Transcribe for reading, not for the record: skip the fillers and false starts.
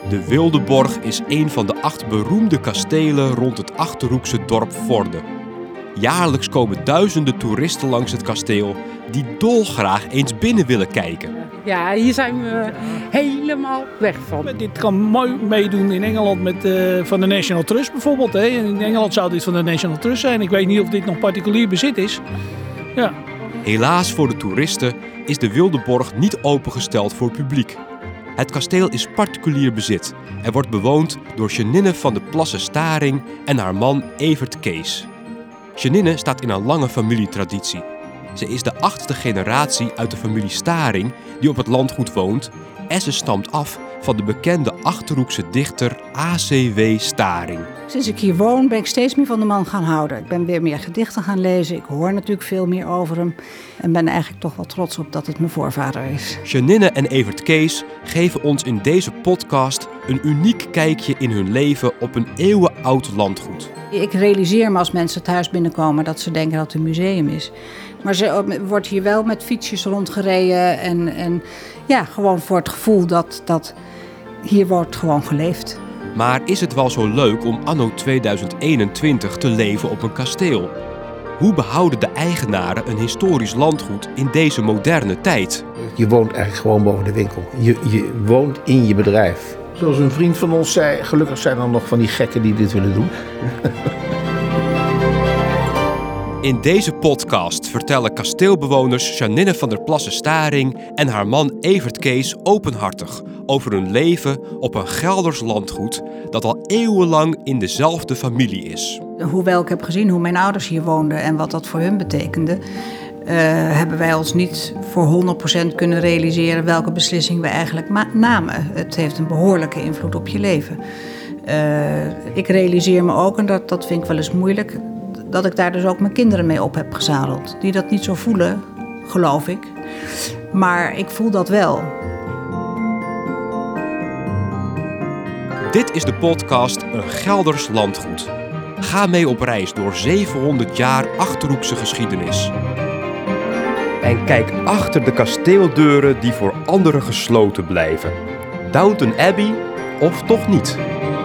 De Wildeborch is een van de 8 beroemde kastelen rond het Achterhoekse dorp Vorden. Jaarlijks komen duizenden toeristen langs het kasteel die dolgraag eens binnen willen kijken. Ja, hier zijn we helemaal weg van. Dit kan mooi meedoen in Engeland van de National Trust bijvoorbeeld. Hè. In Engeland zou dit van de National Trust zijn. Ik weet niet of dit nog particulier bezit is. Ja. Helaas voor de toeristen is de Wildeborch niet opengesteld voor publiek. Het kasteel is particulier bezit en wordt bewoond door Jeninne van der Plasse-Staring en haar man Evert Kees. Jeninne staat in een lange familietraditie. Ze is de 8e generatie uit de familie Staring die op het landgoed woont en ze stamt af van de bekende Achterhoekse dichter A.C.W. Staring. Sinds ik hier woon ben ik steeds meer van de man gaan houden. Ik ben weer meer gedichten gaan lezen. Ik hoor natuurlijk veel meer over hem. En ben eigenlijk toch wel trots op dat het mijn voorvader is. Jeninne en Evert Kees geven ons in deze podcast een uniek kijkje in hun leven op een eeuwenoud landgoed. Ik realiseer me als mensen het huis binnenkomen dat ze denken dat het een museum is. Maar er wordt hier wel met fietsjes rondgereden. En ja, gewoon voor het gevoel dat hier wordt gewoon geleefd. Maar is het wel zo leuk om anno 2021 te leven op een kasteel? Hoe behouden de eigenaren een historisch landgoed in deze moderne tijd? Je woont eigenlijk gewoon boven de winkel. Je woont in je bedrijf. Zoals een vriend van ons zei, gelukkig zijn er nog van die gekken die dit willen doen. In deze podcast vertellen kasteelbewoners Jeninne van der Plasse-Staring en haar man Evert Kees openhartig over hun leven op een Gelders landgoed dat al eeuwenlang in dezelfde familie is. Hoewel ik heb gezien hoe mijn ouders hier woonden en wat dat voor hun betekende, hebben wij ons niet voor 100% kunnen realiseren welke beslissing we eigenlijk namen. Het heeft een behoorlijke invloed op je leven. Ik realiseer me ook, en dat vind ik wel eens moeilijk, dat ik daar dus ook mijn kinderen mee op heb gezadeld. Die dat niet zo voelen, geloof ik. Maar ik voel dat wel. Dit is de podcast Een Gelders landgoed. Ga mee op reis door 700 jaar Achterhoekse geschiedenis. En kijk achter de kasteeldeuren die voor anderen gesloten blijven. Downton Abbey of toch niet?